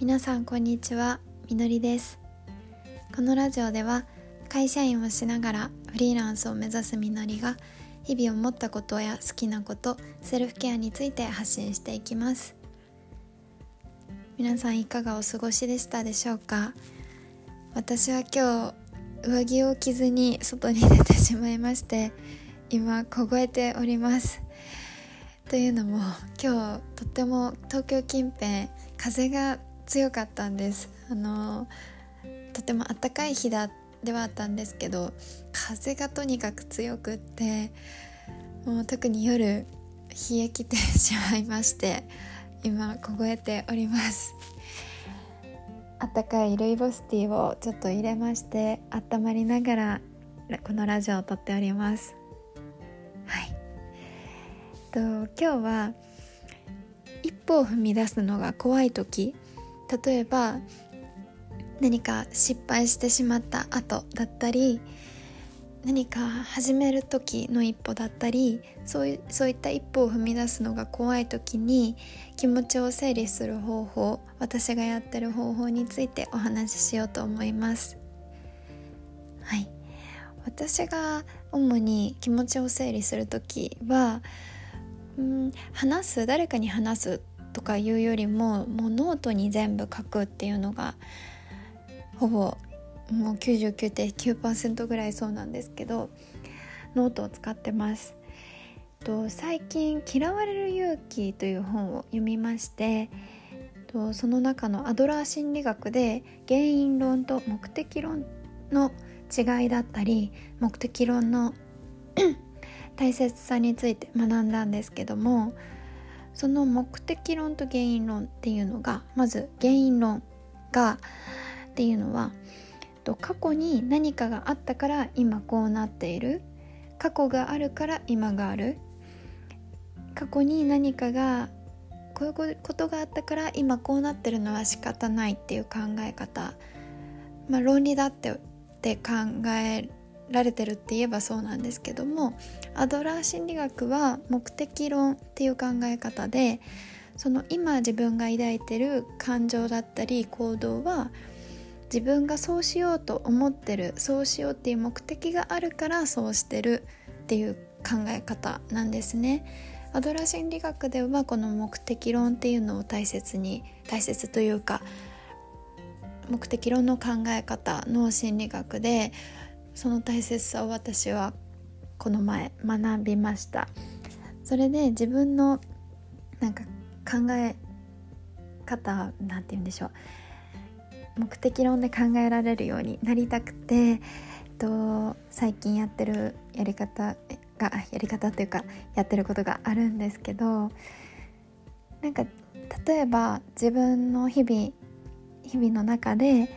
皆さんこんにちは、みのりです。このラジオでは会社員をしながらフリーランスを目指すみのりが日々思ったことや好きなこと、セルフケアについて発信していきます。皆さんいかがお過ごしでしたでしょうか。私は今日上着を着ずに外に出てしまいまして、今凍えております。というのも今日とっても東京近辺風が強かったんです。とても暖かい日ではあったんですけど、風がとにかく強くって、もう特に夜冷え切ってしまいまして、今凍えております。暖かいルイボスティーをちょっと入れまして、温まりながらこのラジオを撮っております。今日は一歩を踏み出すのが怖い時、例えば何か失敗してしまった後だったり、何か始める時の一歩だったり、そういった一歩を踏み出すのが怖い時に気持ちを整理する方法、私がやってる方法についてお話ししようと思います。私が主に気持ちを整理する時は、誰かに話すとかいうよりも、もうノートに全部書くっていうのがほぼもう 99.9% ぐらいそうなんですけど、ノートを使ってます。最近嫌われる勇気という本を読みまして、その中のアドラー心理学で原因論と目的論の違いだったり、目的論の大切さについて学んだんですけども、その目的論と原因論っていうのが、まず原因論っていうのは、過去に何かがあったから今こうなっている、過去があるから今がある、過去に何かがこういうことがあったから今こうなってるのは仕方ないっていう考え方、論理だって考えられてるって言えばそうなんですけども、アドラー心理学は目的論っていう考え方で、その今自分が抱いてる感情だったり行動は、自分がそうしようと思ってる、そうしようっていう目的があるからそうしてるっていう考え方なんですね。アドラー心理学ではこの目的論っていうのを大切というか、目的論の考え方の心理学で、その大切さを私はこの前学びました。それで自分の考え方、なんて言うんでしょう、目的論で考えられるようになりたくて、最近やってるやり方というかやってることがあるんですけど、例えば自分の日々の中で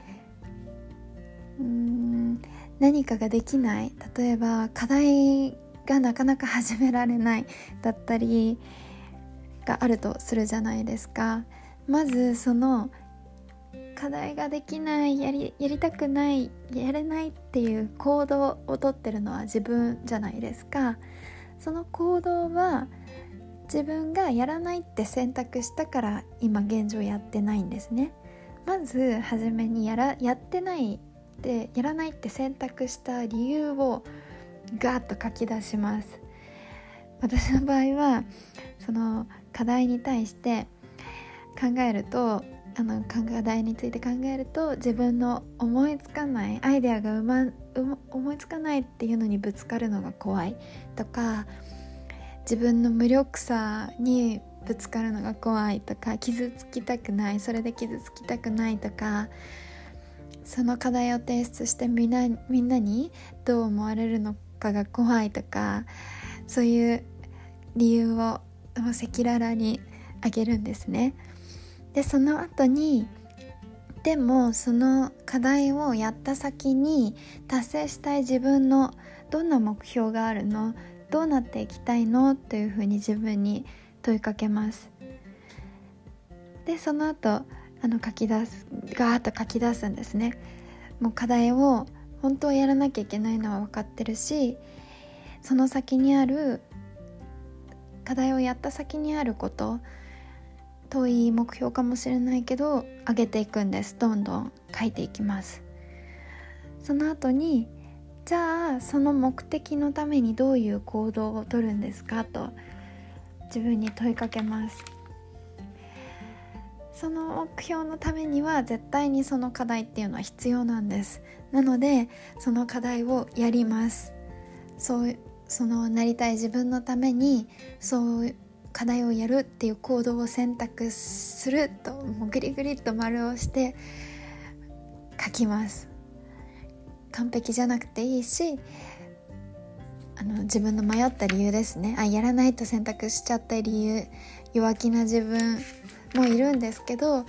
何かができない、例えば課題がなかなか始められないだったりがあるとするじゃないですか。まずその課題ができない、やりたくない、やれないっていう行動をとってるのは自分じゃないですか。その行動は自分がやらないって選択したから今現状やってないんですね。まず初めにやらないって選択した理由をガーッと書き出します。私の場合はその課題に対して課題について考えると、自分の思いつかないアイデアが思いつかないっていうのにぶつかるのが怖いとか、自分の無力さにぶつかるのが怖いとか、それで傷つきたくないとか、その課題を提出してみんなにどう思われるのかが怖いとか、そういう理由を赤裸々にあげるんですね。でその後に、でもその課題をやった先に達成したい自分のどんな目標があるの、どうなっていきたいのというふうに自分に問いかけます。でその後ガーッと書き出すんですね。もう課題を本当はやらなきゃいけないのは分かってるし、その先にある課題をやった先にあること遠い目標かもしれないけど上げていくんです。どんどん書いていきます。その後にじゃあその目的のためにどういう行動をとるんですかと自分に問いかけます。その目標のためには絶対にその課題っていうのは必要なんです。なのでその課題をやります。そのなりたい自分のためにそういう課題をやるっていう行動を選択すると、もうグリグリっと丸をして書きます。完璧じゃなくていいし、自分の迷った理由ですね。やらないと選択しちゃった理由、弱気な自分もいるんですけど、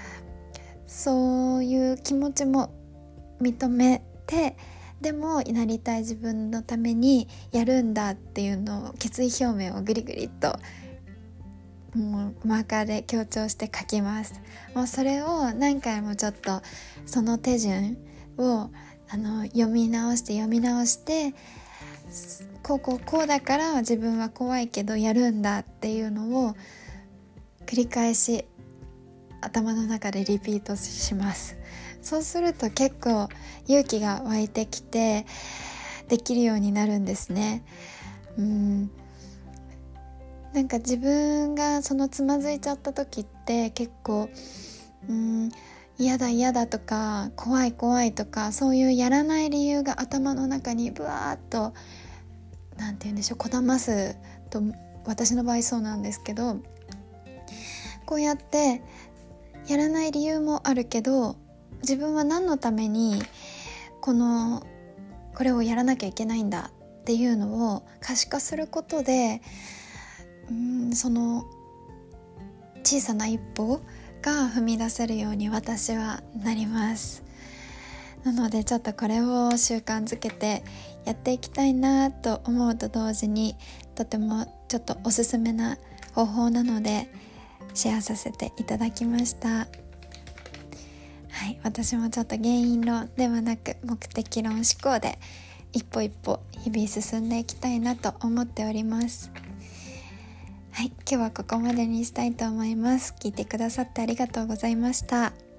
そういう気持ちも認めて、でもなりたい自分のためにやるんだっていうのを、決意表明をグリグリっともうマーカーで強調して書きます。もうそれを何回もちょっとその手順を読み直してこうだから自分は怖いけどやるんだっていうのを繰り返し頭の中でリピートします。そうすると結構勇気が湧いてきてできるようになるんですね。なんか自分がそのつまずいちゃった時って結構嫌だとか怖いとか、そういうやらない理由が頭の中にブワーっとなんて言うんでしょう、こだますと、私の場合そうなんですけど、こうやってやらない理由もあるけど、自分は何のためにこれをやらなきゃいけないんだっていうのを可視化することで、その小さな一歩が踏み出せるように私はなります。なのでちょっとこれを習慣づけてやっていきたいなと思うと同時に、とてもちょっとおすすめな方法なのでシェアさせていただきました。私もちょっと原因論ではなく目的論思考で一歩一歩日々進んでいきたいなと思っております。今日はここまでにしたいと思います。聞いてくださってありがとうございました。